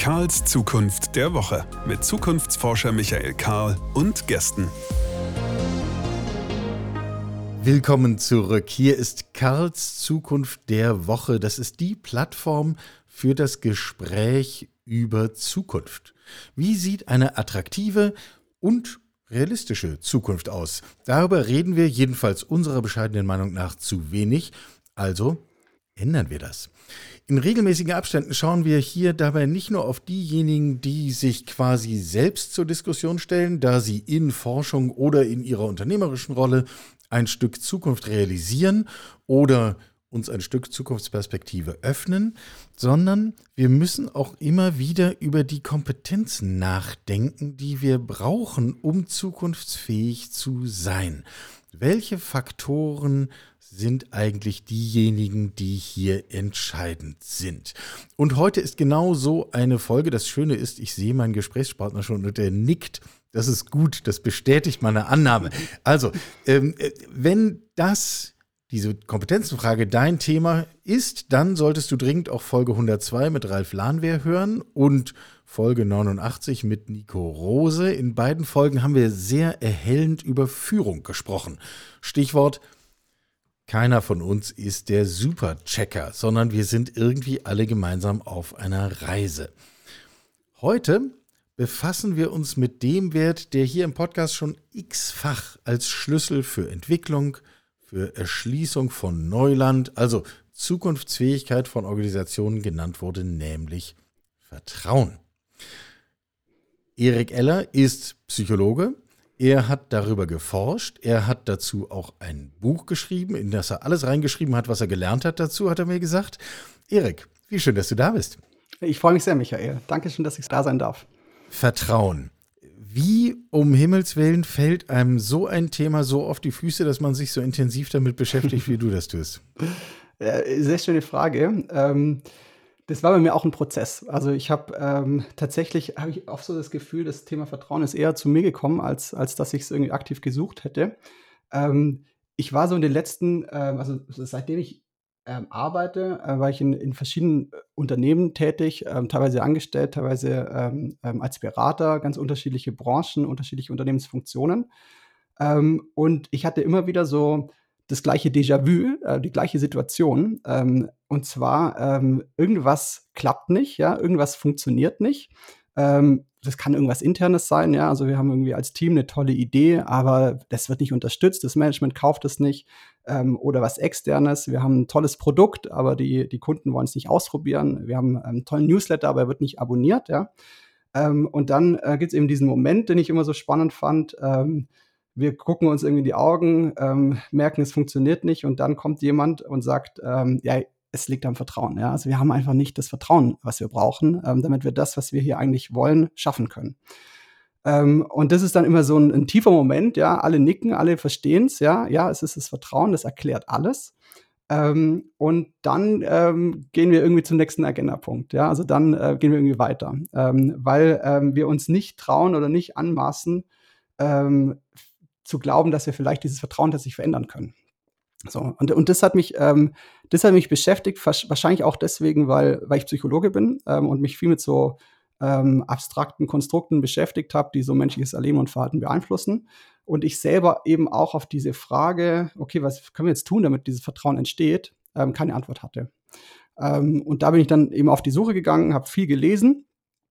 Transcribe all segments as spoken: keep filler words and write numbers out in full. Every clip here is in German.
Karls Zukunft der Woche mit Zukunftsforscher Michael Karl und Gästen. Willkommen zurück. Hier ist Karls Zukunft der Woche. Das ist die Plattform für das Gespräch über Zukunft. Wie sieht eine attraktive und realistische Zukunft aus? Darüber reden wir jedenfalls unserer bescheidenen Meinung nach zu wenig. Also ändern wir das. In regelmäßigen Abständen schauen wir hier dabei nicht nur auf diejenigen, die sich quasi selbst zur Diskussion stellen, da sie in Forschung oder in ihrer unternehmerischen Rolle ein Stück Zukunft realisieren oder uns ein Stück Zukunftsperspektive öffnen, sondern wir müssen auch immer wieder über die Kompetenzen nachdenken, die wir brauchen, um zukunftsfähig zu sein. Welche Faktoren sind eigentlich diejenigen, die hier entscheidend sind? Und heute ist genau so eine Folge. Das Schöne ist, ich sehe meinen Gesprächspartner schon und der nickt. Das ist gut, das bestätigt meine Annahme. Also, ähm, wenn das, diese Kompetenzenfrage dein Thema ist, dann solltest du dringend auch Folge hundertzwei mit Ralf Lahnwehr hören und Folge neunundachtzig mit Nico Rose. In beiden Folgen haben wir sehr erhellend über Führung gesprochen. Stichwort: Keiner von uns ist der Superchecker, sondern wir sind irgendwie alle gemeinsam auf einer Reise. Heute befassen wir uns mit dem Wert, der hier im Podcast schon x-fach als Schlüssel für Entwicklung, für Erschließung von Neuland, also Zukunftsfähigkeit von Organisationen genannt wurde, nämlich Vertrauen. Erik Eller ist Psychologe. Er hat darüber geforscht. Er hat dazu auch ein Buch geschrieben, in das er alles reingeschrieben hat, was er gelernt hat dazu, hat er mir gesagt. Erik, wie schön, dass du da bist. Ich freue mich sehr, Michael. Danke schön, dass ich da sein darf. Vertrauen. Wie um Himmels Willen fällt einem so ein Thema so auf die Füße, dass man sich so intensiv damit beschäftigt, wie du das tust? Sehr schöne Frage. Ähm, das war bei mir auch ein Prozess. Also ich habe ähm, tatsächlich, habe ich oft so das Gefühl, das Thema Vertrauen ist eher zu mir gekommen, als, als dass ich es irgendwie aktiv gesucht hätte. Ähm, ich war so in den letzten, ähm, also seitdem ich ähm, arbeite, äh, war ich in, in verschiedenen Unternehmen tätig, ähm, teilweise angestellt, teilweise ähm, ähm, als Berater, ganz unterschiedliche Branchen, unterschiedliche Unternehmensfunktionen. Ähm, und ich hatte immer wieder so das gleiche Déjà-vu, äh, die gleiche Situation. Ähm, und zwar, ähm, irgendwas klappt nicht, ja, irgendwas funktioniert nicht. Ähm, das kann irgendwas Internes sein, ja. Also wir haben irgendwie als Team eine tolle Idee, aber das wird nicht unterstützt, das Management kauft es nicht. Ähm, oder was Externes. Wir haben ein tolles Produkt, aber die, die Kunden wollen es nicht ausprobieren. Wir haben einen tollen Newsletter, aber er wird nicht abonniert, ja. Ähm, und dann äh, gibt es eben diesen Moment, den ich immer so spannend fand. Ähm, wir gucken uns irgendwie in die Augen, ähm, merken, es funktioniert nicht und dann kommt jemand und sagt, ähm, ja, es liegt am Vertrauen. Ja? Also wir haben einfach nicht das Vertrauen, was wir brauchen, ähm, damit wir das, was wir hier eigentlich wollen, schaffen können. Ähm, und das ist dann immer so ein, ein tiefer Moment, ja, alle nicken, alle verstehen es, ja, ja, es ist das Vertrauen, das erklärt alles. Ähm, und dann ähm, gehen wir irgendwie zum nächsten Agendapunkt, ja, also dann äh, gehen wir irgendwie weiter, ähm, weil ähm, wir uns nicht trauen oder nicht anmaßen, ähm, zu glauben, dass wir vielleicht dieses Vertrauen tatsächlich verändern können. So, und, und das hat mich, ähm, das hat mich beschäftigt, wahrscheinlich auch deswegen, weil, weil ich Psychologe bin ähm, und mich viel mit so ähm, abstrakten Konstrukten beschäftigt habe, die so menschliches Erleben und Verhalten beeinflussen. Und ich selber eben auch auf diese Frage, okay, was können wir jetzt tun, damit dieses Vertrauen entsteht, ähm, keine Antwort hatte. Ähm, und da bin ich dann eben auf die Suche gegangen, habe viel gelesen.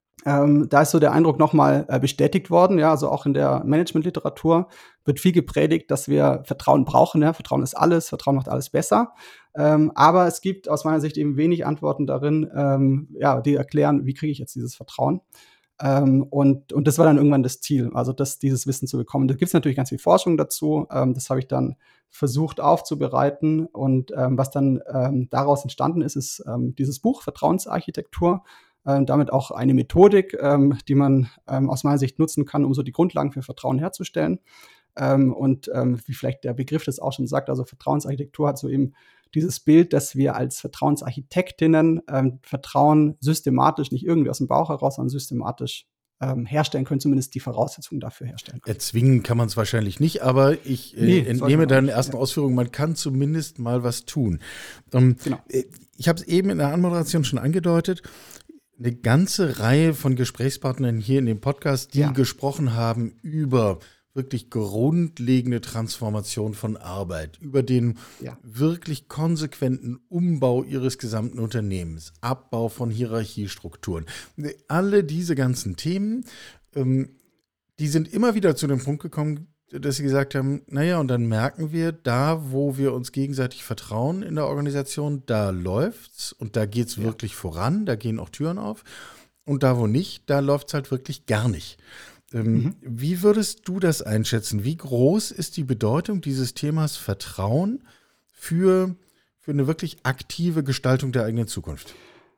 Ähm, da ist so der Eindruck nochmal äh, bestätigt worden, ja, also auch in der Managementliteratur wird viel gepredigt, dass wir Vertrauen brauchen, ja, Vertrauen ist alles, Vertrauen macht alles besser, ähm, aber es gibt aus meiner Sicht eben wenig Antworten darin, ähm, ja, die erklären, wie kriege ich jetzt dieses Vertrauen, ähm, und, und das war dann irgendwann das Ziel, also das, dieses Wissen zu bekommen. Da gibt es natürlich ganz viel Forschung dazu, ähm, das habe ich dann versucht aufzubereiten und ähm, was dann ähm, daraus entstanden ist, ist ähm, dieses Buch Vertrauensarchitektur. Damit auch eine Methodik, ähm, die man ähm, aus meiner Sicht nutzen kann, um so die Grundlagen für Vertrauen herzustellen. Ähm, und ähm, wie vielleicht der Begriff das auch schon sagt, also Vertrauensarchitektur hat so eben dieses Bild, dass wir als Vertrauensarchitektinnen ähm, Vertrauen systematisch, nicht irgendwie aus dem Bauch heraus, sondern systematisch ähm, herstellen können, zumindest die Voraussetzungen dafür herstellen können. Erzwingen kann man es wahrscheinlich nicht, aber ich äh, nee, entnehme deinen ersten ja. Ausführungen, man kann zumindest mal was tun. Ähm, genau. Ich habe es eben in der Anmoderation schon angedeutet. eine ganze Reihe von Gesprächspartnern hier in dem Podcast, die Ja. gesprochen haben über wirklich grundlegende Transformation von Arbeit, über den Ja. wirklich konsequenten Umbau ihres gesamten Unternehmens, Abbau von Hierarchiestrukturen. Alle diese ganzen Themen, ähm, die sind immer wieder zu dem Punkt gekommen, dass sie gesagt haben, naja, und dann merken wir, da, wo wir uns gegenseitig vertrauen in der Organisation, da läuft's und da geht's Ja. wirklich voran, da gehen auch Türen auf. Und da, wo nicht, da läuft's halt wirklich gar nicht. Ähm, Mhm. Wie würdest du das einschätzen? Wie groß ist die Bedeutung dieses Themas Vertrauen für, für eine wirklich aktive Gestaltung der eigenen Zukunft?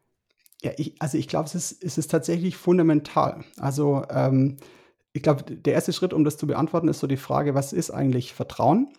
Ja, ich, also ich glaube, es ist, es ist tatsächlich fundamental. Also ähm, ich glaube, der erste Schritt, um das zu beantworten, ist so die Frage, was ist eigentlich Vertrauen?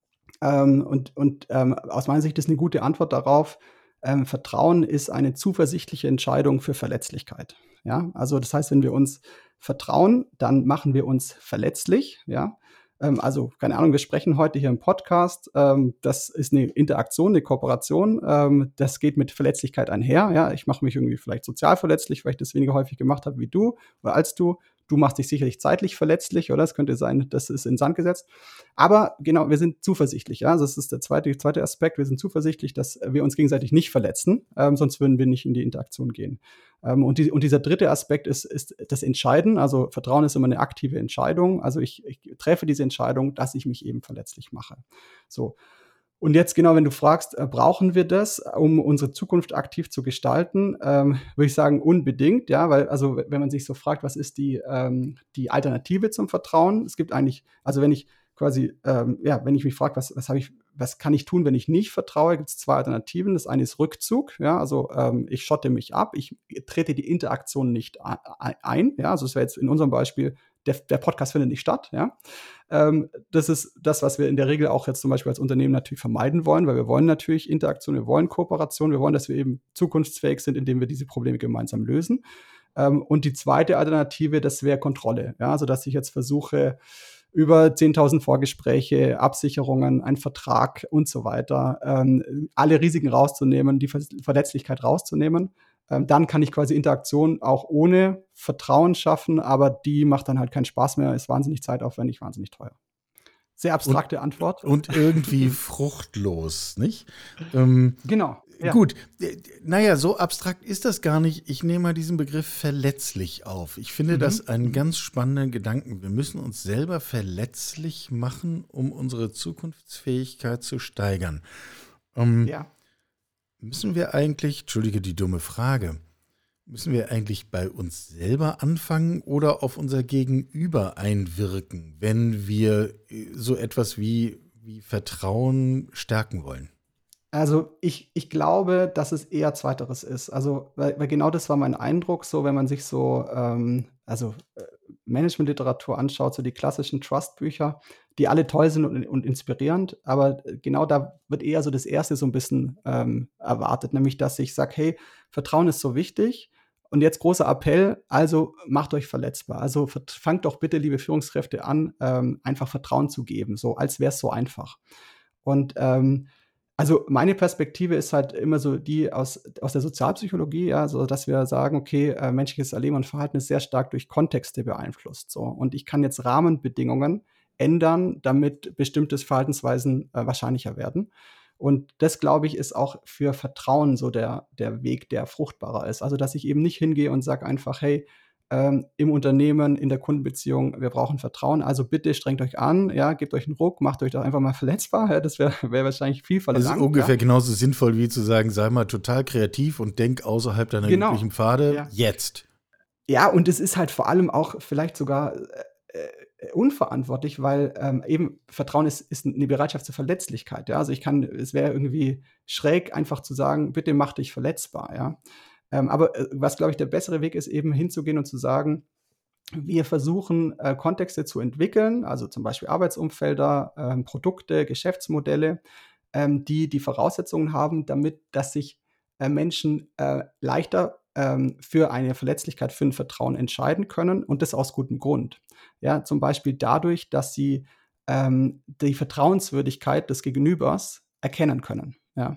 Ähm, und und ähm, aus meiner Sicht ist eine gute Antwort darauf, ähm, Vertrauen ist eine zuversichtliche Entscheidung für Verletzlichkeit. Ja, also das heißt, wenn wir uns vertrauen, dann machen wir uns verletzlich. Ja, ähm, also keine Ahnung, wir sprechen heute hier im Podcast. Ähm, das ist eine Interaktion, eine Kooperation. Ähm, das geht mit Verletzlichkeit einher. Ja, ich mache mich irgendwie vielleicht sozial verletzlich, weil ich das weniger häufig gemacht habe wie du oder als du. Du machst dich sicherlich zeitlich verletzlich, oder? Es könnte sein, das ist in den Sand gesetzt. Aber genau, wir sind zuversichtlich. Ja? Also das ist der zweite, zweite Aspekt. Wir sind zuversichtlich, dass wir uns gegenseitig nicht verletzen, ähm, sonst würden wir nicht in die Interaktion gehen. Ähm, und, die, und dieser dritte Aspekt ist, ist das Entscheiden. Also Vertrauen ist immer eine aktive Entscheidung. Also ich, ich treffe diese Entscheidung, dass ich mich eben verletzlich mache. So. Und jetzt genau, wenn du fragst, äh, brauchen wir das, um unsere Zukunft aktiv zu gestalten, ähm, würde ich sagen, unbedingt, ja, weil, also wenn man sich so fragt, was ist die, ähm, die Alternative zum Vertrauen? Es gibt eigentlich, also wenn ich quasi, ähm, ja, wenn ich mich frage, was, was habe ich, was kann ich tun, wenn ich nicht vertraue, gibt es zwei Alternativen. Das eine ist Rückzug, ja, also ähm, ich schotte mich ab, ich trete die Interaktion nicht ein, ja, also es wäre jetzt in unserem Beispiel, der, der Podcast findet nicht statt, ja. Ähm, das ist das, was wir in der Regel auch jetzt zum Beispiel als Unternehmen natürlich vermeiden wollen, weil wir wollen natürlich Interaktion, wir wollen Kooperation, wir wollen, dass wir eben zukunftsfähig sind, indem wir diese Probleme gemeinsam lösen. Ähm, und die zweite Alternative, das wäre Kontrolle. Ja, also dass ich jetzt versuche, über zehntausend Vorgespräche, Absicherungen, einen Vertrag und so weiter, ähm, alle Risiken rauszunehmen, die Ver- Verletzlichkeit rauszunehmen. Ähm, dann kann ich quasi Interaktion auch ohne Vertrauen schaffen, aber die macht dann halt keinen Spaß mehr, ist wahnsinnig zeitaufwendig, wahnsinnig teuer. Sehr Und, abstrakte Antwort. und irgendwie fruchtlos, nicht? Ähm, Genau, ja. Gut, äh, naja, so abstrakt ist das gar nicht. Ich nehme mal diesen Begriff verletzlich auf. Ich finde Mhm. das einen Mhm. ganz spannenden Gedanken. Wir müssen uns selber verletzlich machen, um unsere Zukunftsfähigkeit zu steigern. Ähm, Ja. Müssen wir eigentlich, entschuldige die dumme Frage, müssen wir eigentlich bei uns selber anfangen oder auf unser Gegenüber einwirken, wenn wir äh, so etwas wie, wie Vertrauen stärken wollen? Also ich, ich glaube, dass es eher Zweiteres ist. Also, weil, weil genau das war mein Eindruck, so wenn man sich so, ähm, also äh, Managementliteratur anschaut, so die klassischen Trust-Bücher, die alle toll sind und, und inspirierend, aber äh, genau da wird eher so das Erste so ein bisschen ähm, erwartet, nämlich dass ich sage, hey, Vertrauen ist so wichtig und jetzt großer Appell, also macht euch verletzbar. Also vert- fangt doch bitte, liebe Führungskräfte, an, ähm, einfach Vertrauen zu geben, so als wäre es so einfach. Und ähm, also, meine Perspektive ist halt immer so die aus aus der Sozialpsychologie, ja, so dass wir sagen: „Okay, äh, menschliches Erleben und Verhalten ist sehr stark durch Kontexte beeinflusst“, so. Und ich kann jetzt Rahmenbedingungen ändern, damit bestimmte Verhaltensweisen, äh, wahrscheinlicher werden. Und das, glaube ich, ist auch für Vertrauen so der der Weg, der fruchtbarer ist. Also, dass ich eben nicht hingehe und sage einfach: „Hey, ähm, im Unternehmen, in der Kundenbeziehung, wir brauchen Vertrauen, also bitte strengt euch an, ja, gebt euch einen Ruck, macht euch doch einfach mal verletzbar.“ Ja, das wäre wäre wahrscheinlich viel Es ist verlangt, ungefähr ja. genauso sinnvoll wie zu sagen, sei mal total kreativ und denk außerhalb deiner Genau, üblichen Pfade ja. jetzt. Ja, und es ist halt vor allem auch vielleicht sogar, äh, äh, unverantwortlich, weil, ähm, eben Vertrauen ist ist 'ne Bereitschaft zur Verletzlichkeit, ja? Also, ich kann es wäre irgendwie schräg, einfach zu sagen: „Bitte mach dich verletzbar“, ja? Ähm, aber, äh, was, glaube ich, der bessere Weg ist, eben hinzugehen und zu sagen: Wir versuchen, äh, Kontexte zu entwickeln, also zum Beispiel Arbeitsumfelder, ähm, Produkte, Geschäftsmodelle, ähm, die die Voraussetzungen haben, damit dass sich, äh, Menschen, äh, leichter, ähm, für eine Verletzlichkeit, für ein Vertrauen entscheiden können und das aus gutem Grund. Ja, zum Beispiel dadurch, dass sie, ähm, die Vertrauenswürdigkeit des Gegenübers erkennen können, ja?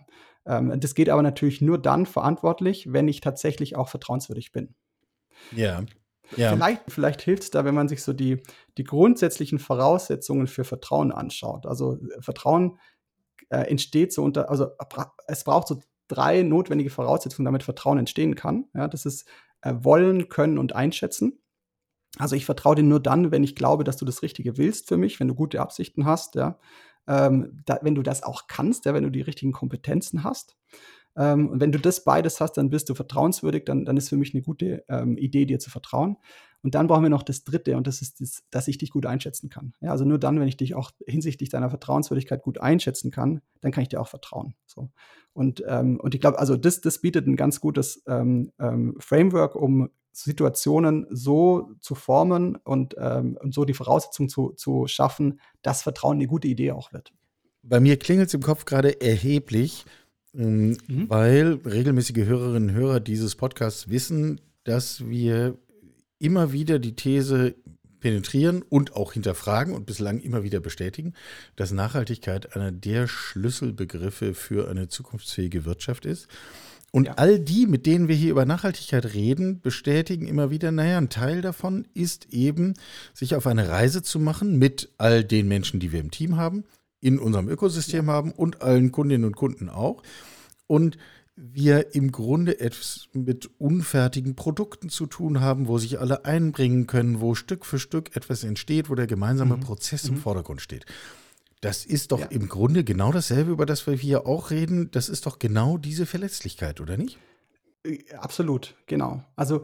Ähm, das geht aber natürlich nur dann verantwortlich, wenn ich tatsächlich auch vertrauenswürdig bin. Ja. Ja. Vielleicht, vielleicht hilft es da, wenn man sich so die, die grundsätzlichen Voraussetzungen für Vertrauen anschaut. Also äh, Vertrauen äh, entsteht so unter, also bra- es braucht so drei notwendige Voraussetzungen, damit Vertrauen entstehen kann. Ja, das ist äh, Wollen, Können und Einschätzen. Also ich vertraue dir nur dann, wenn ich glaube, dass du das Richtige willst für mich, wenn du gute Absichten hast, ja. Ähm, da, wenn du das auch kannst, ja, wenn du die richtigen Kompetenzen hast. Ähm, und wenn du das beides hast, dann bist du vertrauenswürdig, dann, dann ist für mich eine gute ähm, Idee, dir zu vertrauen. Und dann brauchen wir noch das Dritte, und das ist, das, dass ich dich gut einschätzen kann. Ja, also nur dann, wenn ich dich auch hinsichtlich deiner Vertrauenswürdigkeit gut einschätzen kann, dann kann ich dir auch vertrauen. So. Und, ähm, und ich glaube, also das, das bietet ein ganz gutes ähm, ähm, Framework, um Situationen so zu formen und, ähm, und so die Voraussetzungen zu, zu schaffen, dass Vertrauen eine gute Idee auch wird. Bei mir klingelt es im Kopf gerade erheblich, ähm, Mhm. weil regelmäßige Hörerinnen und Hörer dieses Podcasts wissen, dass wir immer wieder die These penetrieren und auch hinterfragen und bislang immer wieder bestätigen, dass Nachhaltigkeit einer der Schlüsselbegriffe für eine zukunftsfähige Wirtschaft ist. Und Ja. all die, mit denen wir hier über Nachhaltigkeit reden, bestätigen immer wieder, naja, ein Teil davon ist eben, sich auf eine Reise zu machen mit all den Menschen, die wir im Team haben, in unserem Ökosystem haben und allen Kundinnen und Kunden auch. Und wir im Grunde etwas mit unfertigen Produkten zu tun haben, wo sich alle einbringen können, wo Stück für Stück etwas entsteht, wo der gemeinsame Mhm. Prozess im Mhm. Vordergrund steht. Das ist doch Ja. im Grunde genau dasselbe, über das wir hier auch reden. Das ist doch genau diese Verletzlichkeit, oder nicht? Äh, Absolut, genau. Also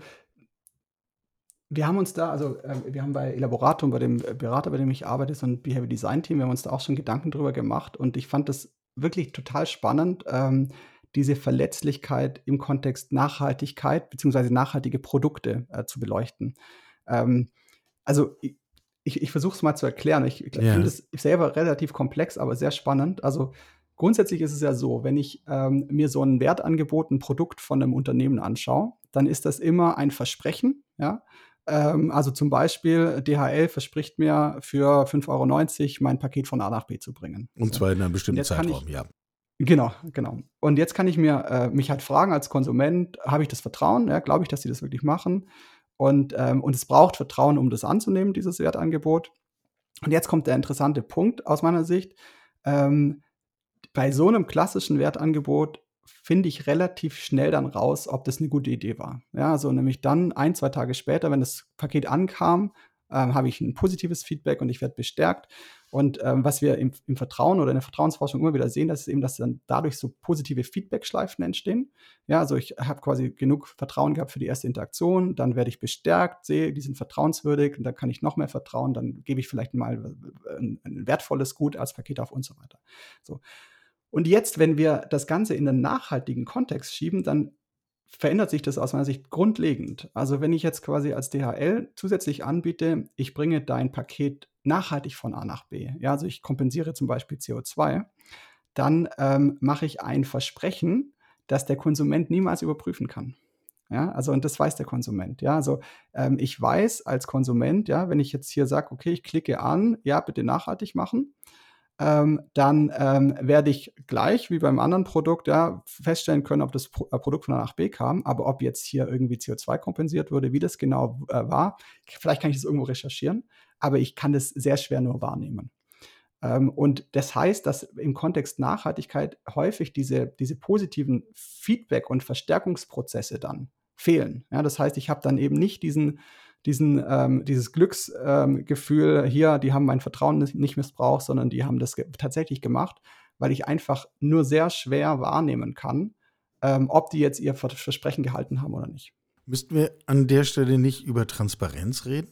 wir haben uns da, also ähm, wir haben bei Elaboratum, bei dem äh, Berater, bei dem ich arbeite, so ein Behavior Design Team, wir haben uns da auch schon Gedanken drüber gemacht, und ich fand das wirklich total spannend, ähm, diese Verletzlichkeit im Kontext Nachhaltigkeit beziehungsweise nachhaltige Produkte äh, zu beleuchten. Ähm, also i- ich, ich versuche es mal zu erklären. Ich, ich Ja. finde es selber relativ komplex, aber sehr spannend. Also grundsätzlich ist es ja so, wenn ich ähm, mir so ein Wertangebot, ein Produkt von einem Unternehmen anschaue, dann ist das immer ein Versprechen, ja. Ähm, also zum Beispiel, D H L verspricht mir für fünf Euro neunzig mein Paket von A nach B zu bringen. Und So. zwar in einem Und bestimmten jetzt kann Zeitraum, ich, ja. genau, genau. Und jetzt kann ich mir äh, mich halt fragen als Konsument, habe ich das Vertrauen? Ja, glaube ich, dass sie das wirklich machen? Und, ähm, und es braucht Vertrauen, um das anzunehmen, dieses Wertangebot. Und jetzt kommt der interessante Punkt aus meiner Sicht. Ähm, bei so einem klassischen Wertangebot finde ich relativ schnell dann raus, ob das eine gute Idee war. Ja, also nämlich dann ein, zwei Tage später, wenn das Paket ankam, ähm, habe ich ein positives Feedback und ich werde bestärkt. Und ähm, was wir im, im Vertrauen oder in der Vertrauensforschung immer wieder sehen, das ist eben, dass dann dadurch so positive Feedback-Schleifen entstehen. Ja, also ich habe quasi genug Vertrauen gehabt für die erste Interaktion, dann werde ich bestärkt, sehe, die sind vertrauenswürdig, und dann kann ich noch mehr vertrauen, dann gebe ich vielleicht mal ein, ein wertvolles Gut als Paket auf und so weiter. So. Und jetzt, wenn wir das Ganze in einen nachhaltigen Kontext schieben, dann verändert sich das aus meiner Sicht grundlegend. Also wenn ich jetzt quasi als D H L zusätzlich anbiete, ich bringe dein Paket nachhaltig von A nach B, ja, also ich kompensiere zum Beispiel C O zwei, dann ähm, mache ich ein Versprechen, das der Konsument niemals überprüfen kann. Ja, also und das weiß der Konsument. Ja, also ähm, ich weiß als Konsument, ja, wenn ich jetzt hier sage, okay, ich klicke an, ja, bitte nachhaltig machen, ähm, dann ähm, werde ich gleich wie beim anderen Produkt ja, feststellen können, ob das Pro äh, Produkt von A nach B kam, aber ob jetzt hier irgendwie C O zwei kompensiert wurde, wie das genau äh, war, vielleicht kann ich das irgendwo recherchieren, aber ich kann das sehr schwer nur wahrnehmen. Ähm, und das heißt, dass im Kontext Nachhaltigkeit häufig diese, diese positiven Feedback- und Verstärkungsprozesse dann fehlen. Ja, das heißt, ich habe dann eben nicht diesen, diesen, ähm, dieses Glücksgefühl, ähm, hier, die haben mein Vertrauen nicht, nicht missbraucht, sondern die haben das ge tatsächlich gemacht, weil ich einfach nur sehr schwer wahrnehmen kann, ähm, ob die jetzt ihr Versprechen gehalten haben oder nicht. Müssten wir an der Stelle nicht über Transparenz reden?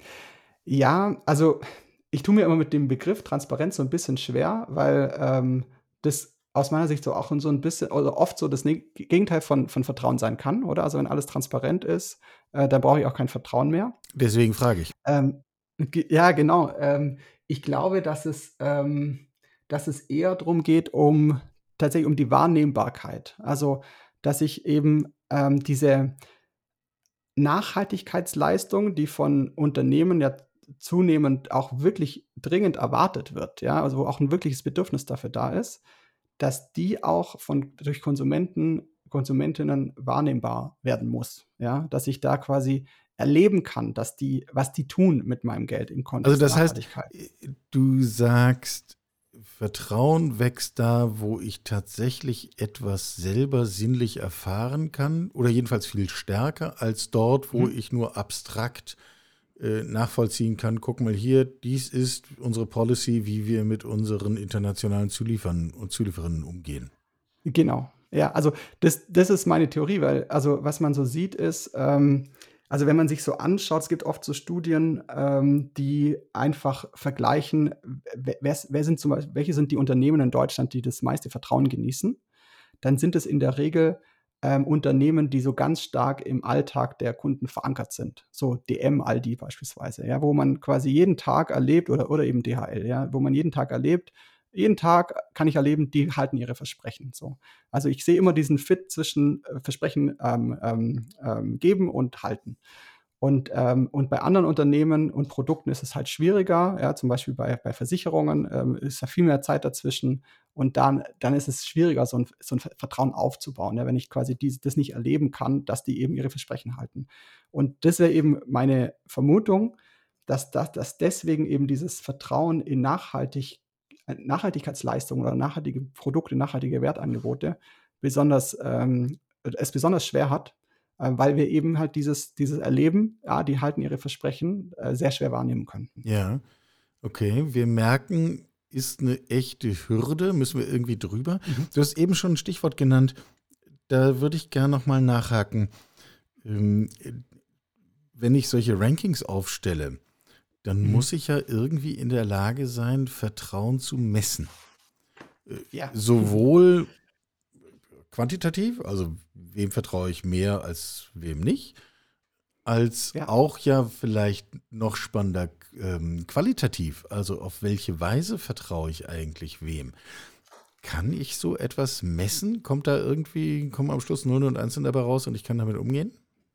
Ja, also ich tue mir immer mit dem Begriff Transparenz so ein bisschen schwer, weil, ähm, das aus meiner Sicht so auch so ein bisschen oder oft so das Neg Gegenteil von von Vertrauen sein kann, oder? Also, wenn alles transparent ist, äh, dann brauche ich auch kein Vertrauen mehr. Deswegen frage ich. Ähm, ge ja, genau. Ähm, ich glaube, dass es ähm, dass es eher drum geht, um tatsächlich um die Wahrnehmbarkeit. Also, dass ich eben, ähm, diese Nachhaltigkeitsleistung, die von Unternehmen ja zunehmend auch wirklich dringend erwartet wird, ja, also wo auch ein wirkliches Bedürfnis dafür da ist, dass die auch von durch Konsumenten, Konsumentinnen wahrnehmbar werden muss. Ja, dass ich da quasi erleben kann, dass die, was die tun mit meinem Geld im Also Kontext das heißt, Nachhaltigkeit. du sagst, Vertrauen wächst da, wo ich tatsächlich etwas selber sinnlich erfahren kann oder jedenfalls viel stärker als dort, wo Mhm. ich nur abstrakt äh, nachvollziehen kann. Guck mal hier, dies ist unsere Policy, wie wir mit unseren internationalen Zuliefern und Zulieferinnen umgehen. Genau. Ja, also das, das ist meine Theorie, weil also was man so sieht ist, ähm, also wenn man sich so anschaut, es gibt oft so Studien, ähm, die einfach vergleichen, wer, wer wer sind zum Beispiel, welche sind die Unternehmen in Deutschland, die das meiste Vertrauen genießen. Dann sind es in der Regel ähm, Unternehmen, die so ganz stark im Alltag der Kunden verankert sind. So D M, Aldi beispielsweise, ja, wo man quasi jeden Tag erlebt oder, oder eben D H L, ja, wo man jeden Tag erlebt, jeden Tag kann ich erleben, die halten ihre Versprechen. So. Also ich sehe immer diesen Fit zwischen äh, Versprechen ähm, ähm, ähm, geben und halten. Und, ähm, und bei anderen Unternehmen und Produkten ist es halt schwieriger. Ja, zum Beispiel bei, bei Versicherungen ähm, ist da viel mehr Zeit dazwischen. Und dann, dann ist es schwieriger, so ein, so ein Vertrauen aufzubauen, ja, wenn ich quasi dies, das nicht erleben kann, dass die eben ihre Versprechen halten. Und das wäre eben meine Vermutung, dass, dass, dass deswegen eben dieses Vertrauen in nachhaltig, Nachhaltigkeitsleistungen oder nachhaltige Produkte, nachhaltige Wertangebote besonders, ähm, es besonders schwer hat, äh, weil wir eben halt dieses, dieses Erleben, ja, die halten ihre Versprechen, äh, sehr schwer wahrnehmen könnten. Ja, okay. Wir merken, ist eine echte Hürde, müssen wir irgendwie drüber. Mhm. Du hast eben schon ein Stichwort genannt, da würde ich gerne nochmal nachhaken. Ähm, wenn ich solche Rankings aufstelle, dann Mhm. muss ich ja irgendwie in der Lage sein, Vertrauen zu messen. Äh, Ja. Sowohl quantitativ, also wem vertraue ich mehr als wem nicht, als Ja. auch ja vielleicht noch spannender ähm, qualitativ, also auf welche Weise vertraue ich eigentlich wem. Kann ich so etwas messen? Kommt da irgendwie, kommen am Schluss null und eins dabei raus und ich kann damit umgehen?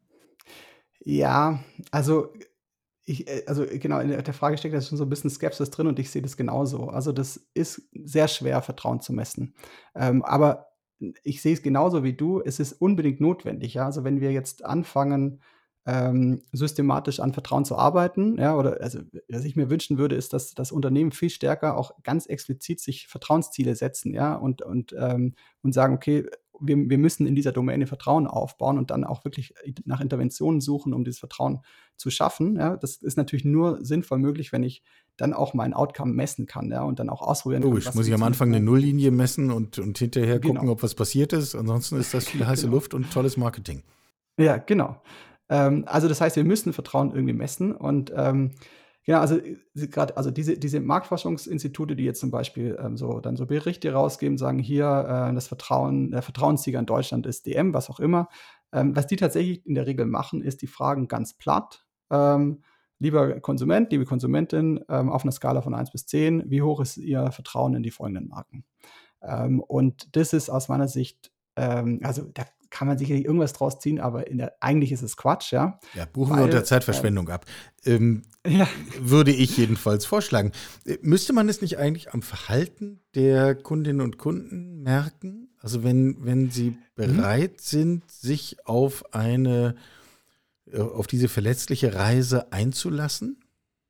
Ja, also ich, äh, also genau, in der der Frage steckt da schon so ein bisschen Skepsis drin und ich sehe das genauso. Also, das ist sehr schwer, Vertrauen zu messen. Ähm, aber ich sehe es genauso wie du, es ist unbedingt notwendig, ja. Also, wenn wir jetzt anfangen, ähm, systematisch an Vertrauen zu arbeiten, ja, oder also, was ich mir wünschen würde, ist, dass das Unternehmen viel stärker auch ganz explizit sich Vertrauensziele setzen, ja, und und, ähm und sagen: „Okay, wir wir müssen in dieser Domäne Vertrauen aufbauen“ und dann auch wirklich nach Interventionen suchen, um dieses Vertrauen zu schaffen. Ja, das ist natürlich nur sinnvoll möglich, wenn ich dann auch mein Outcome messen kann, ja, und dann auch ausprobieren kann, Logisch, was muss ich am funktioniert Anfang eine wo. Nulllinie messen und, und hinterher gucken, Genau, ob was passiert ist. Ansonsten ist das viel heiße genau. Luft und tolles Marketing. Ja, genau. Ähm, also das heißt, wir müssen Vertrauen irgendwie messen und ähm, genau, also äh, gerade, also diese, diese Marktforschungsinstitute, die jetzt zum Beispiel ähm, so dann so Berichte rausgeben, sagen hier, äh, das Vertrauen, der Vertrauenssieger in Deutschland ist D M, was auch immer. Ähm, was die tatsächlich in der Regel machen, ist, die fragen ganz platt, ähm, lieber Konsument, liebe Konsumentin, ähm, auf einer Skala von eins bis zehn, wie hoch ist Ihr Vertrauen in die folgenden Marken? Ähm, und das ist aus meiner Sicht, ähm, also da kann man sicherlich irgendwas draus ziehen, aber in der, eigentlich ist es Quatsch, ja, Ja, buchen wir unter weil, äh, Zeitverschwendung ab. Ähm, ja, würde ich jedenfalls vorschlagen. Äh, Müsste man es nicht eigentlich am Verhalten der Kundinnen und Kunden merken? Also wenn, wenn sie mhm. bereit sind, sich auf eine, äh, auf diese verletzliche Reise einzulassen?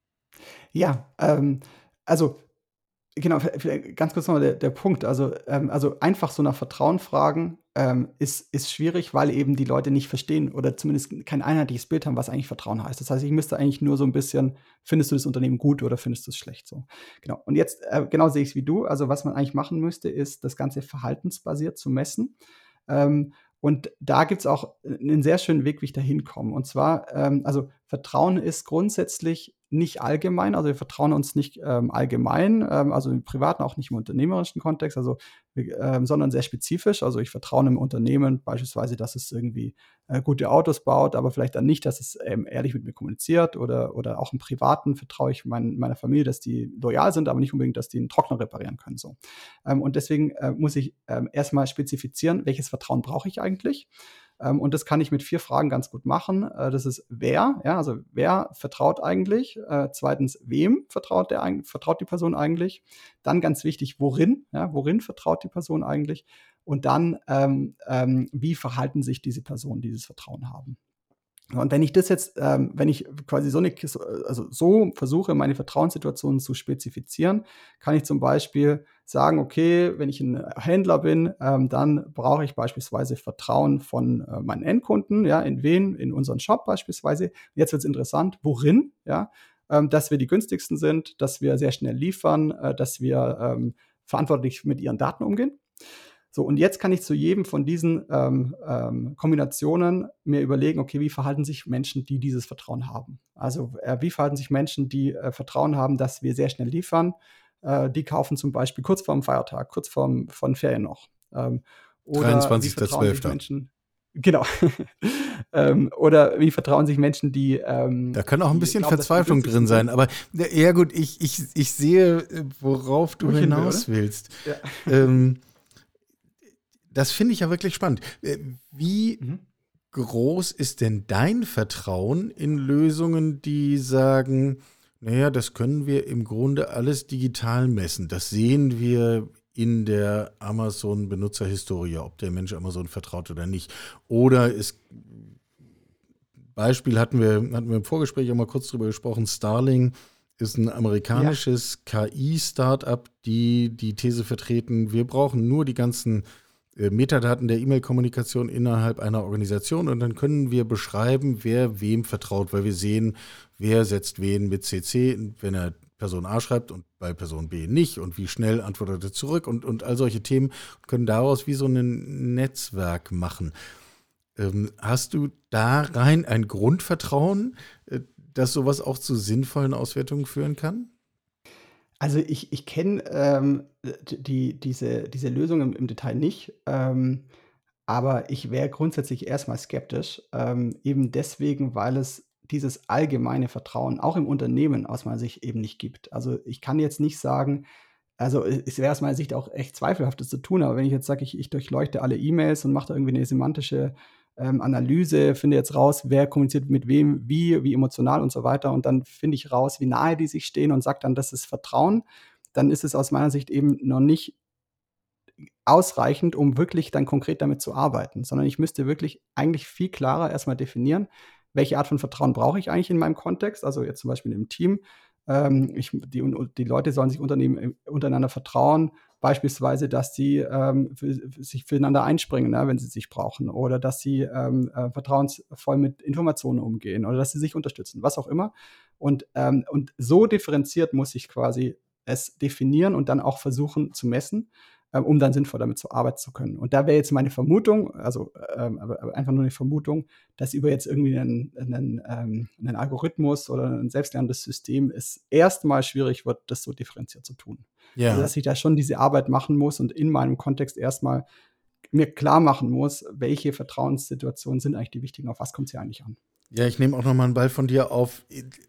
Ja, ähm, also genau, v vielleicht ganz kurz noch mal der der Punkt. Also, ähm also, einfach so nach Vertrauen fragen, ähm, ist ist schwierig, weil eben die Leute nicht verstehen oder zumindest kein einheitliches Bild haben, was eigentlich Vertrauen heißt. Das heißt, ich müsste eigentlich nur so ein bisschen: „Findest du das Unternehmen gut oder findest du es schlecht?“ So. Genau. Und jetzt, äh, genau sehe ich's wie du. Also, was man eigentlich machen müsste, ist, das Ganze verhaltensbasiert zu messen. Ähm, und da gibt's auch einen sehr schönen Weg, wie ich da hinkomme. Und zwar, ähm also, Vertrauen ist grundsätzlich nicht allgemein. Also, wir vertrauen uns nicht, ähm, allgemein, ähm, also im privaten, auch nicht im unternehmerischen Kontext, also, wir ähm, sondern sehr spezifisch. Also, ich vertraue einem Unternehmen beispielsweise, dass es irgendwie, äh, gute Autos baut, aber vielleicht dann nicht, dass es, ähm, ehrlich mit mir kommuniziert oder oder auch im Privaten vertraue ich mein meiner Familie, dass die loyal sind, aber nicht unbedingt, dass die 'n Trockner reparieren können, so. Ähm, und deswegen, äh, muss ich, ähm, erst spezifizieren, welches Vertrauen brauche ich eigentlich? Ähm, und das kann ich mit vier Fragen ganz gut machen. Äh, das ist wer, ja, also wer vertraut eigentlich? Äh, zweitens, wem vertraut der vertraut die Person eigentlich? Dann ganz wichtig, worin, ja, worin vertraut die Person eigentlich? Und dann, ähm, ähm, wie verhalten sich diese Personen, die dieses Vertrauen haben? Und wenn ich das jetzt, ähm, wenn ich quasi so eine, also so versuche, meine Vertrauenssituationen zu spezifizieren, kann ich zum Beispiel sagen, okay, wenn ich ein Händler bin, ähm, dann brauche ich beispielsweise Vertrauen von äh, meinen Endkunden, ja, in wen? In unseren Shop beispielsweise. Jetzt wird es interessant, worin, ja, ähm, dass wir die günstigsten sind, dass wir sehr schnell liefern, äh, dass wir ähm, verantwortlich mit ihren Daten umgehen. So, und jetzt kann ich zu jedem von diesen ähm, ähm, Kombinationen mir überlegen, okay, wie verhalten sich Menschen, die dieses Vertrauen haben? Also, äh, wie verhalten sich Menschen, die äh, Vertrauen haben, dass wir sehr schnell liefern? Äh, die kaufen zum Beispiel kurz vorm Feiertag, kurz vorm von Ferien noch. Ähm, oder wie vertrauen sich dreiundzwanzigster zwölfter Menschen, genau. ähm, oder wie vertrauen sich Menschen, die, Da ähm, kann auch ein die bisschen glauben, dass sie die Verzweiflung drin günstigsten sein, sind, aber ja gut, ich, ich, ich sehe, äh, worauf du wo ich hin will, hinaus oder? willst. Ja. Ähm, das finde ich ja wirklich spannend. Äh, Wie Mhm. groß ist denn dein Vertrauen in Lösungen, die sagen, naja, das können wir im Grunde alles digital messen. Das sehen wir in der Amazon-Benutzerhistorie, ob der Mensch Amazon vertraut oder nicht. Oder es Beispiel hatten wir, hatten wir im Vorgespräch auch mal kurz drüber gesprochen. Starling ist ein Ja. amerikanisches K I-Startup, die die These vertreten, wir brauchen nur die ganzen äh, Metadaten der E-Mail-Kommunikation innerhalb einer Organisation und dann können wir beschreiben, wer wem vertraut, weil wir sehen, wer setzt wen mit C C, wenn er Person A schreibt und bei Person B nicht und wie schnell antwortet er zurück und, und all solche Themen können daraus wie so ein Netzwerk machen. Ähm, hast du da rein ein Grundvertrauen, äh, dass sowas auch zu sinnvollen Auswertungen führen kann? Also ich ich kenne, ähm, die diese diese Lösung im im Detail nicht, ähm, aber ich wäre grundsätzlich erstmal skeptisch, ähm, eben deswegen, weil es dieses allgemeine Vertrauen auch im Unternehmen aus meiner Sicht eben nicht gibt. Also, ich kann jetzt nicht sagen, also, e es wäre aus meiner Sicht auch echt zweifelhaft, das zu tun, aber wenn ich jetzt sage, ich ich durchleuchte alle E-Mails und mache da irgendwie eine semantische, ähm, Analyse, finde jetzt raus, wer kommuniziert mit wem, wie, wie emotional und so weiter und dann finde ich raus, wie nahe die sich stehen und sage dann, das ist Vertrauen, dann ist es aus meiner Sicht eben noch nicht ausreichend, um wirklich dann konkret damit zu arbeiten, sondern ich müsste wirklich eigentlich viel klarer erstmal definieren, welche Art von Vertrauen brauche ich eigentlich in meinem Kontext, also jetzt zum Beispiel im Team. Ähm, ich, die, die Leute sollen sich Unternehmen, untereinander vertrauen, beispielsweise, dass sie ähm, für, für sich füreinander einspringen, ne, wenn sie sich brauchen, oder dass sie ähm, äh, vertrauensvoll mit Informationen umgehen oder dass sie sich unterstützen, was auch immer. Und, ähm, und so differenziert muss ich quasi es definieren und dann auch versuchen zu messen, ähm, um dann sinnvoll damit zu arbeiten zu können. Und da wäre jetzt meine Vermutung, also ähm, aber, aber einfach nur eine Vermutung, dass über jetzt irgendwie einen, einen, ähm, einen Algorithmus oder ein selbstlernendes System es erstmal schwierig wird, das so differenziert zu tun. Also Ja. dass ich da schon diese Arbeit machen muss und in meinem Kontext erstmal mir klar machen muss, welche Vertrauenssituationen sind eigentlich die wichtigen, auf was kommt es hier eigentlich an. Ja, ich nehme auch nochmal einen Ball von dir auf.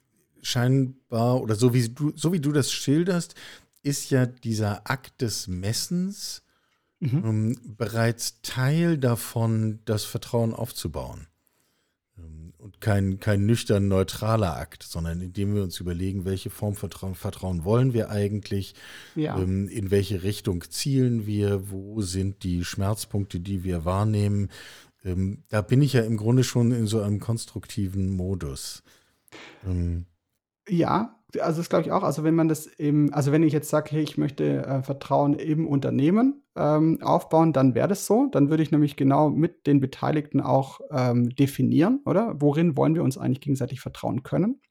Scheinbar, oder so wie du, so wie du das schilderst, ist ja dieser Akt des Messens Mhm. ähm, bereits Teil davon, das Vertrauen aufzubauen. Ähm, und kein, kein nüchtern neutraler Akt, sondern indem wir uns überlegen, welche Form Vertrauen, Vertrauen wollen wir eigentlich, Ja. ähm, in welche Richtung zielen wir, wo sind die Schmerzpunkte, die wir wahrnehmen. Ähm, da bin ich ja im Grunde schon in so einem konstruktiven Modus. Ähm, Ja, also das glaube ich auch. Also wenn man das im also wenn ich jetzt sage: „Hey, ich möchte, äh, Vertrauen im Unternehmen, ähm, aufbauen“, dann wäre das so. Dann würde ich nämlich genau mit den Beteiligten auch, ähm, definieren, oder? Worin wollen wir uns eigentlich gegenseitig vertrauen können?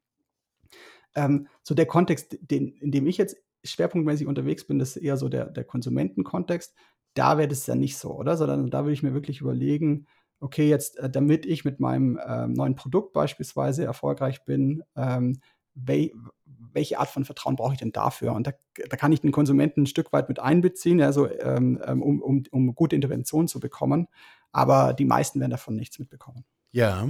Ähm, so der Kontext, den in dem ich jetzt schwerpunktmäßig unterwegs bin, das ist eher so der der Konsumentenkontext. Da wäre das ja nicht so, oder? Sondern da würde ich mir wirklich überlegen: „Okay, jetzt, äh, damit ich mit meinem, ähm, neuen Produkt beispielsweise erfolgreich bin, ähm, wel welche Art von Vertrauen brauche ich denn dafür?“ Und da da kann ich den Konsumenten ein Stück weit mit einbeziehen, also, ähm, ähm, um um um gute Interventionen zu bekommen, aber die meisten werden davon nichts mitbekommen. ja,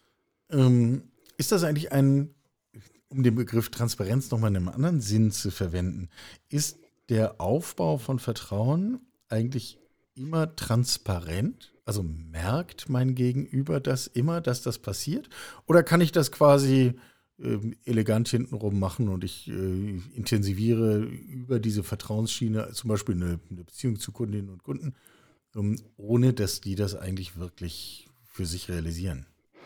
ähm, ist das eigentlich ein, um den Begriff Transparenz nochmal in einem anderen Sinn zu verwenden, ist der Aufbau von Vertrauen eigentlich immer transparent? Also merkt mein Gegenüber das immer, dass das passiert? Oder kann ich das quasi ähm, elegant hintenrum machen und ich äh, intensiviere über diese Vertrauensschiene zum Beispiel eine, eine Beziehung zu Kundinnen und Kunden, ähm, ohne dass die das eigentlich wirklich für sich realisieren?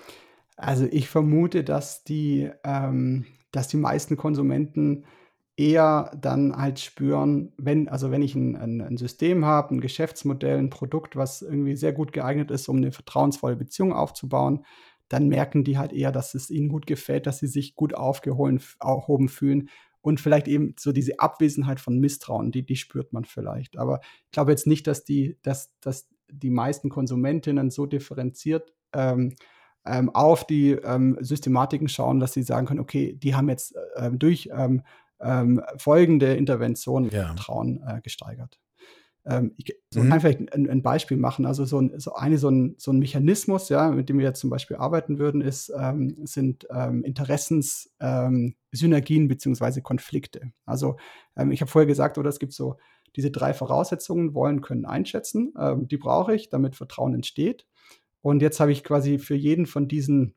Also ich vermute, dass die, ähm, dass die meisten Konsumenten eher dann halt spüren, wenn, also wenn ich ein, ein, ein System habe, ein Geschäftsmodell, ein Produkt, was irgendwie sehr gut geeignet ist, um eine vertrauensvolle Beziehung aufzubauen, dann merken die halt eher, dass es ihnen gut gefällt, dass sie sich gut aufgehoben fühlen und vielleicht eben so diese Abwesenheit von Misstrauen, die, die spürt man vielleicht. Aber ich glaube jetzt nicht, dass die, dass, dass die meisten Konsumentinnen so differenziert ähm, ähm, auf die ähm, Systematiken schauen, dass sie sagen können, okay, die haben jetzt äh, durch ähm, ähm, folgende Interventionen Ja. Vertrauen äh, gesteigert. Ähm, ich so Mhm. kann vielleicht ein, ein Beispiel machen. Also so ein, so eine, so ein, so ein Mechanismus, ja, mit dem wir jetzt zum Beispiel arbeiten würden, ist, ähm, sind ähm, Interessenssynergien ähm, Synergien beziehungsweise Konflikte. Also ähm, ich habe vorher gesagt, oder es gibt so diese drei Voraussetzungen: wollen, können, einschätzen. Ähm, die brauche ich, damit Vertrauen entsteht. Und jetzt habe ich quasi für jeden von diesen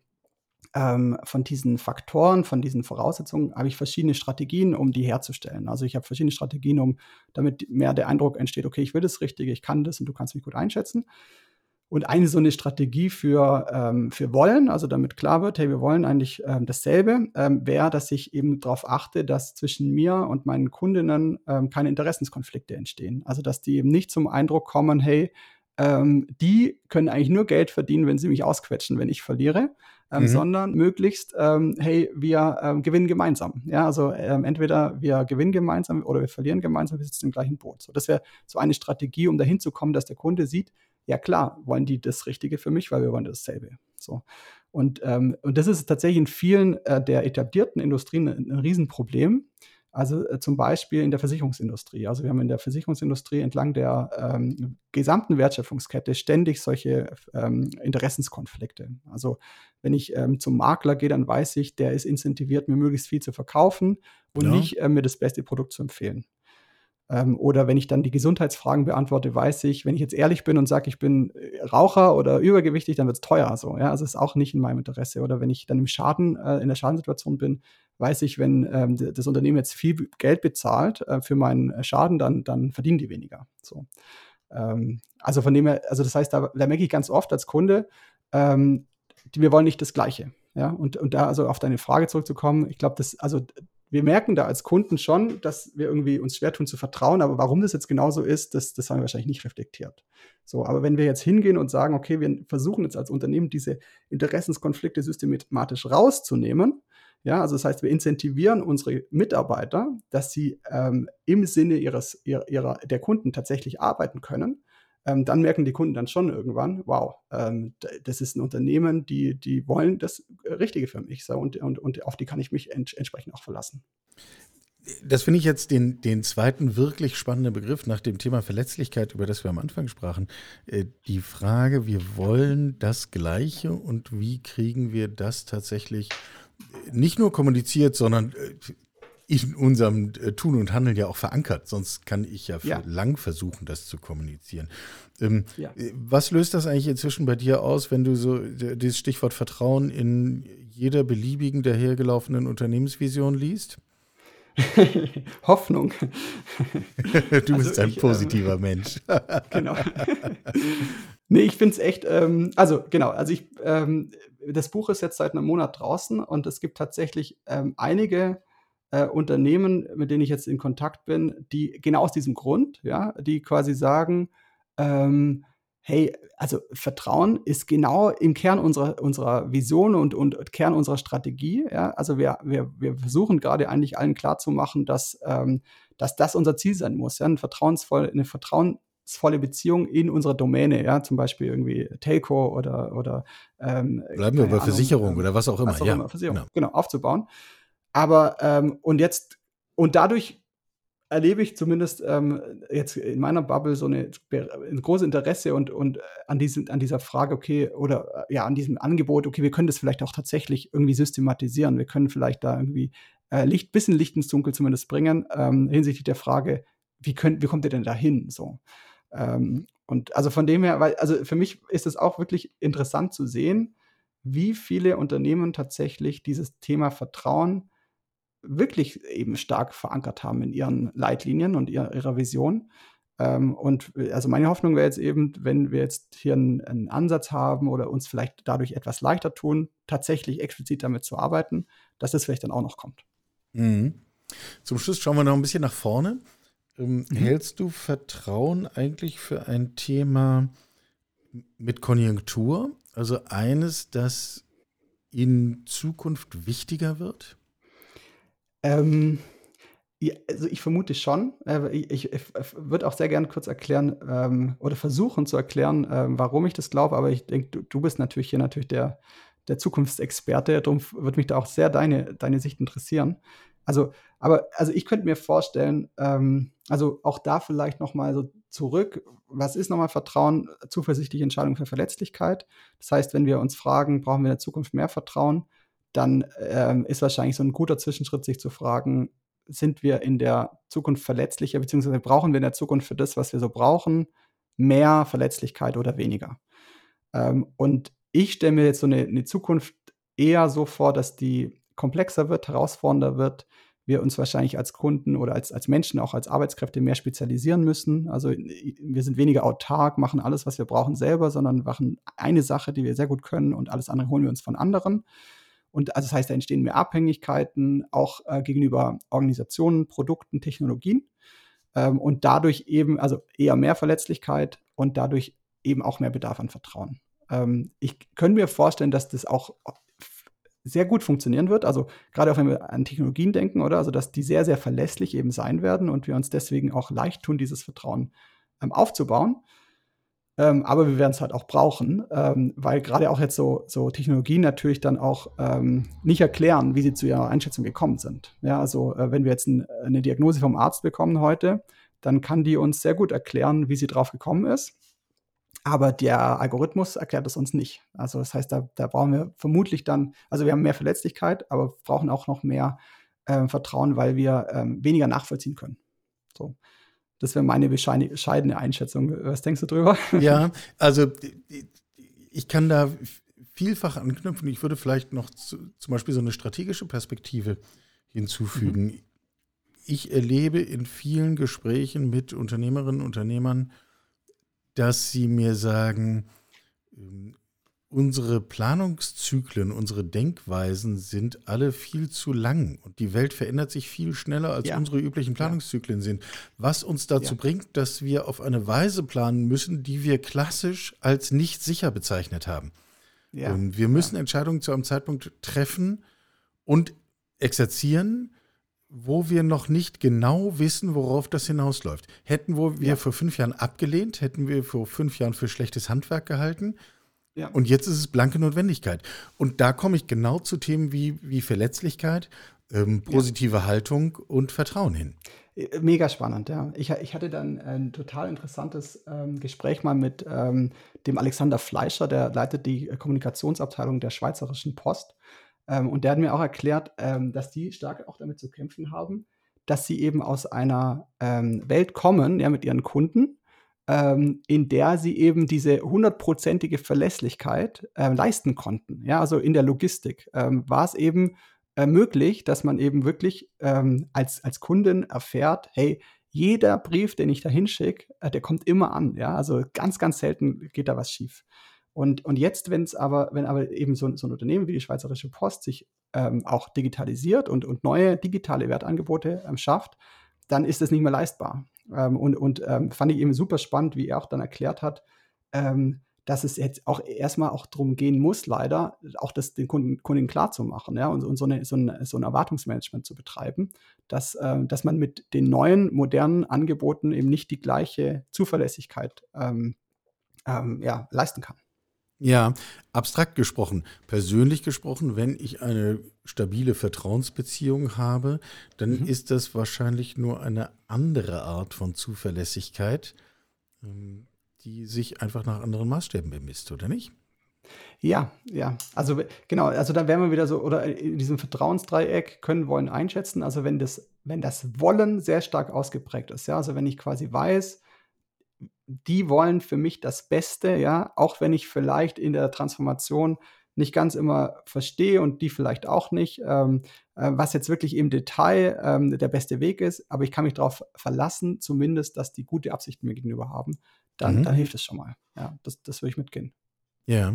ähm, von diesen Faktoren, von diesen Voraussetzungen habe ich verschiedene Strategien, um die herzustellen. Also ich habe verschiedene Strategien, um damit mehr der Eindruck entsteht, okay, ich will das Richtige, ich kann das und du kannst mich gut einschätzen. Und eine so eine Strategie für, ähm, für wollen, also damit klar wird, hey, wir wollen eigentlich ähm, dasselbe, ähm, wäre, dass ich eben darauf achte, dass zwischen mir und meinen Kundinnen ähm, keine Interessenskonflikte entstehen. Also dass die eben nicht zum Eindruck kommen, hey, ähm, die können eigentlich nur Geld verdienen, wenn sie mich ausquetschen, wenn ich verliere, ähm, Mhm. sondern möglichst, ähm, hey, wir ähm, gewinnen gemeinsam. Ja, also ähm, entweder wir gewinnen gemeinsam oder wir verlieren gemeinsam, wir sitzen im gleichen Boot. So, das wäre so eine Strategie, um dahin zu kommen, dass der Kunde sieht, ja klar, wollen die das Richtige für mich, weil wir wollen dasselbe. So. Und, ähm, und das ist tatsächlich in vielen äh, der etablierten Industrien ein, ein Riesenproblem. Also äh, zum Beispiel in der Versicherungsindustrie. Also wir haben in der Versicherungsindustrie entlang der ähm, gesamten Wertschöpfungskette ständig solche ähm, Interessenskonflikte. Also wenn ich ähm, zum Makler gehe, dann weiß ich, der ist incentiviert, mir möglichst viel zu verkaufen und Ja. nicht äh, mir das beste Produkt zu empfehlen. Ähm, oder wenn ich dann die Gesundheitsfragen beantworte, weiß ich, wenn ich jetzt ehrlich bin und sage, ich bin äh, Raucher oder übergewichtig, dann wird es teuer. So, ja? Also ist auch nicht in meinem Interesse. Oder wenn ich dann im Schaden, äh, in der Schadensituation bin, weiß ich, wenn ähm, d- das Unternehmen jetzt viel Geld bezahlt äh, für meinen äh, Schaden, dann, dann verdienen die weniger. So. Ähm, also von dem her, also das heißt, da, da merke ich ganz oft als Kunde, ähm, die, wir wollen nicht das Gleiche. Ja, und, und da also auf deine Frage zurückzukommen, ich glaube, das, also wir merken da als Kunden schon, dass wir irgendwie uns schwer tun zu vertrauen, aber warum das jetzt genauso ist, das, das haben wir wahrscheinlich nicht reflektiert. So, aber wenn wir jetzt hingehen und sagen, okay, wir versuchen jetzt als Unternehmen diese Interessenskonflikte systematisch rauszunehmen, ja, also das heißt, wir incentivieren unsere Mitarbeiter, dass sie ähm, im Sinne ihres, ihrer, ihrer, der Kunden tatsächlich arbeiten können, ähm, dann merken die Kunden dann schon irgendwann, wow, ähm, d- das ist ein Unternehmen, die, die wollen das Richtige für mich, so, und, und, und auf die kann ich mich ent entsprechend auch verlassen. Das finde ich jetzt den, den zweiten wirklich spannenden Begriff nach dem Thema Verletzlichkeit, über das wir am Anfang sprachen. Äh, die Frage, wir wollen das Gleiche und wie kriegen wir das tatsächlich äh, nicht nur kommuniziert, sondern äh, in unserem äh, Tun und Handeln ja auch verankert. Sonst kann ich ja, Ja. für lang versuchen, das zu kommunizieren. Ähm, Ja. äh, Was löst das eigentlich inzwischen bei dir aus, wenn du so d- dieses Stichwort Vertrauen in jeder beliebigen dahergelaufenen Unternehmensvision liest? Hoffnung. Du Also bist ein ich, ähm, positiver Mensch. genau. Nee, ich finde es echt, ähm, also genau, also ich, ähm, das Buch ist jetzt seit einem Monat draußen und es gibt tatsächlich ähm, einige äh, Unternehmen, mit denen ich jetzt in Kontakt bin, die genau aus diesem Grund, ja, die quasi sagen, ähm, hey, also Vertrauen ist genau im Kern unserer, unserer Vision und, und Kern unserer Strategie. Ja? Also wir, wir, wir versuchen gerade eigentlich allen klarzumachen, dass, ähm, dass das unser Ziel sein muss, ja? Eine vertrauensvolle, eine vertrauensvolle Beziehung in unserer Domäne, ja, zum Beispiel irgendwie Telco oder, oder ähm, Bleiben wir keine bei Ahnung, Versicherung ähm, oder was auch immer. was auch Ja, immer, Versicherung, genau. genau, aufzubauen. Aber ähm, und jetzt, und dadurch erlebe ich zumindest ähm, jetzt in meiner Bubble so eine, ein großes Interesse und, und äh, an, diesen, an dieser Frage, okay, oder äh, ja, an diesem Angebot, okay, wir können das vielleicht auch tatsächlich irgendwie systematisieren. Wir können vielleicht da irgendwie äh, Licht, bisschen Licht ins Dunkel zumindest bringen, ähm, hinsichtlich der Frage, wie, könnt, wie kommt ihr denn da hin? So. Ähm, und also von dem her, weil, also für mich ist es auch wirklich interessant zu sehen, wie viele Unternehmen tatsächlich dieses Thema Vertrauen wirklich eben stark verankert haben in ihren Leitlinien und ihrer, ihrer Vision. Ähm, und äh, also meine Hoffnung wäre jetzt eben, wenn wir jetzt hier einen, einen Ansatz haben oder uns vielleicht dadurch etwas leichter tun, tatsächlich explizit damit zu arbeiten, dass das vielleicht dann auch noch kommt. Mhm. Zum Schluss schauen wir noch ein bisschen nach vorne. Ähm, Mhm. Hältst du Vertrauen eigentlich für ein Thema mit Konjunktur? Also eines, das in Zukunft wichtiger wird? Ähm, ja, also ich vermute schon. Äh, ich ich, ich würde auch sehr gerne kurz erklären ähm, oder versuchen zu erklären, ähm, warum ich das glaube. Aber ich denke, du, du bist natürlich hier natürlich der, der Zukunftsexperte. Darum würde mich da auch sehr deine, deine Sicht interessieren. Also, aber also ich könnte mir vorstellen, ähm, also auch da vielleicht noch mal so zurück. Was ist nochmal Vertrauen? Zuversichtliche Entscheidung für Verletzlichkeit. Das heißt, wenn wir uns fragen, brauchen wir in der Zukunft mehr Vertrauen, dann ähm, ist wahrscheinlich so ein guter Zwischenschritt, sich zu fragen, sind wir in der Zukunft verletzlicher, beziehungsweise brauchen wir in der Zukunft für das, was wir so brauchen, mehr Verletzlichkeit oder weniger? Ähm, und ich stelle mir jetzt so eine, eine Zukunft eher so vor, dass die komplexer wird, herausfordernder wird, wir uns wahrscheinlich als Kunden oder als, als Menschen, auch als Arbeitskräfte mehr spezialisieren müssen. Also wir sind weniger autark, machen alles, was wir brauchen, selber, sondern machen eine Sache, die wir sehr gut können und alles andere holen wir uns von anderen. Und also das heißt, da entstehen mehr Abhängigkeiten, auch äh, gegenüber Organisationen, Produkten, Technologien. Ähm, und dadurch eben, also eher mehr Verletzlichkeit und dadurch eben auch mehr Bedarf an Vertrauen. Ähm, ich könnte mir vorstellen, dass das auch sehr gut funktionieren wird. Also gerade auch wenn wir an Technologien denken, oder? Also dass die sehr, sehr verlässlich eben sein werden und wir uns deswegen auch leicht tun, dieses Vertrauen ähm, aufzubauen. Ähm, aber wir werden es halt auch brauchen, ähm, weil gerade auch jetzt so, so Technologien natürlich dann auch ähm, nicht erklären, wie sie zu ihrer Einschätzung gekommen sind. Ja, also äh, wenn wir jetzt ein, eine Diagnose vom Arzt bekommen heute, dann kann die uns sehr gut erklären, wie sie drauf gekommen ist. Aber der Algorithmus erklärt es uns nicht. Also das heißt, da, da brauchen wir vermutlich dann, also wir haben mehr Verletzlichkeit, aber brauchen auch noch mehr ähm, Vertrauen, weil wir ähm, weniger nachvollziehen können. So. Das wäre meine bescheidene Einschätzung. Was denkst du drüber? Ja, also ich kann da vielfach anknüpfen. Ich würde vielleicht noch zu, zum Beispiel so eine strategische Perspektive hinzufügen. Mhm. Ich erlebe in vielen Gesprächen mit Unternehmerinnen und Unternehmern, dass sie mir sagen, unsere Planungszyklen, unsere Denkweisen sind alle viel zu lang und die Welt verändert sich viel schneller, als ja. unsere üblichen Planungszyklen ja. sind. Was uns dazu ja. bringt, dass wir auf eine Weise planen müssen, die wir klassisch als nicht sicher bezeichnet haben. Ja. Wir müssen ja. Entscheidungen zu einem Zeitpunkt treffen und exerzieren, wo wir noch nicht genau wissen, worauf das hinausläuft. Hätten wir ja. vor fünf Jahren abgelehnt, hätten wir vor fünf Jahren für schlechtes Handwerk gehalten. Ja. Und jetzt ist es blanke Notwendigkeit. Und da komme ich genau zu Themen wie, wie Verletzlichkeit, ähm, positive ja. Haltung und Vertrauen hin. Mega spannend, ja. Ich, ich hatte dann ein total interessantes ähm, Gespräch mal mit ähm, dem Alexander Fleischer, der leitet die Kommunikationsabteilung der Schweizerischen Post. Ähm, und der hat mir auch erklärt, ähm, dass die stark auch damit zu kämpfen haben, dass sie eben aus einer ähm, Welt kommen, ja, mit ihren Kunden, ähm, in der sie eben diese hundertprozentige Verlässlichkeit äh, leisten konnten. Ja, also in der Logistik ähm, war es eben äh, möglich, dass man eben wirklich ähm, als, als Kundin erfährt, hey, jeder Brief, den ich da hinschicke, äh, der kommt immer an. Ja, also ganz, ganz selten geht da was schief. Und, und jetzt, wenn es aber, wenn aber eben so, so ein Unternehmen wie die Schweizerische Post sich ähm, auch digitalisiert und, und neue digitale Wertangebote ähm, schafft, dann ist das nicht mehr leistbar. Ähm, und und ähm, fand ich eben super spannend, wie er auch dann erklärt hat, ähm, dass es jetzt auch erstmal auch darum gehen muss, leider, auch das den Kunden, Kunden klar zu machen, ja, und, und so, eine, so, ein, so ein Erwartungsmanagement zu betreiben, dass, ähm, dass man mit den neuen, modernen Angeboten eben nicht die gleiche Zuverlässigkeit ähm, ähm, ja, leisten kann. Ja, abstrakt gesprochen, persönlich gesprochen, wenn ich eine stabile Vertrauensbeziehung habe, dann mhm. ist das wahrscheinlich nur eine andere Art von Zuverlässigkeit, die sich einfach nach anderen Maßstäben bemisst, oder nicht? Ja, ja. Also genau, also dann wären wir wieder so, oder in diesem Vertrauensdreieck können, wollen, einschätzen. Also wenn das, wenn das Wollen sehr stark ausgeprägt ist, ja, also wenn ich quasi weiß, die wollen für mich das Beste, ja, auch wenn ich vielleicht in der Transformation nicht ganz immer verstehe und die vielleicht auch nicht, ähm, äh, was jetzt wirklich im Detail ähm, der beste Weg ist, aber ich kann mich darauf verlassen, zumindest, dass die gute Absichten mir gegenüber haben, dann, Mhm. dann hilft es schon mal. Ja, das, das würde ich mitgehen. Ja.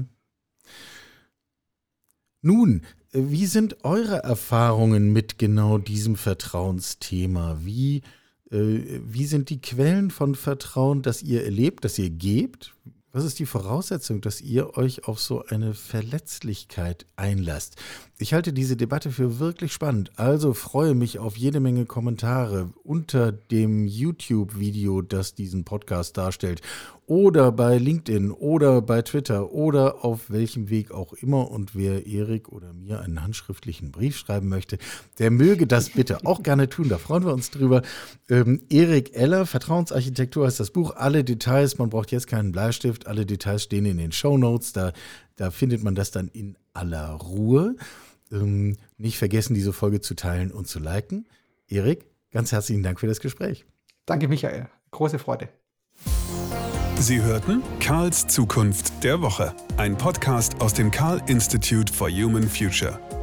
Nun, äh, wie sind eure Erfahrungen mit genau diesem Vertrauensthema? Wie, äh, wie sind die Quellen von Vertrauen, das ihr erlebt, das ihr gebt? Was ist die Voraussetzung, dass ihr euch auf so eine Verletzlichkeit einlasst? Ich halte diese Debatte für wirklich spannend, also freue mich auf jede Menge Kommentare unter dem YouTube-Video, das diesen Podcast darstellt, oder bei LinkedIn oder bei Twitter oder auf welchem Weg auch immer. Und wer Erik oder mir einen handschriftlichen Brief schreiben möchte, der möge das bitte auch gerne tun, da freuen wir uns drüber. Ähm, Erik Eller, Vertrauensarchitektur heißt das Buch, alle Details, man braucht jetzt keinen Bleistift, alle Details stehen in den Shownotes, da, da findet man das dann in aller Ruhe. Ähm, nicht vergessen, diese Folge zu teilen und zu liken. Erik, ganz herzlichen Dank für das Gespräch. Danke, Michael. Große Freude. Sie hörten Karls Zukunft der Woche, ein Podcast aus dem Karl Institute for Human Future.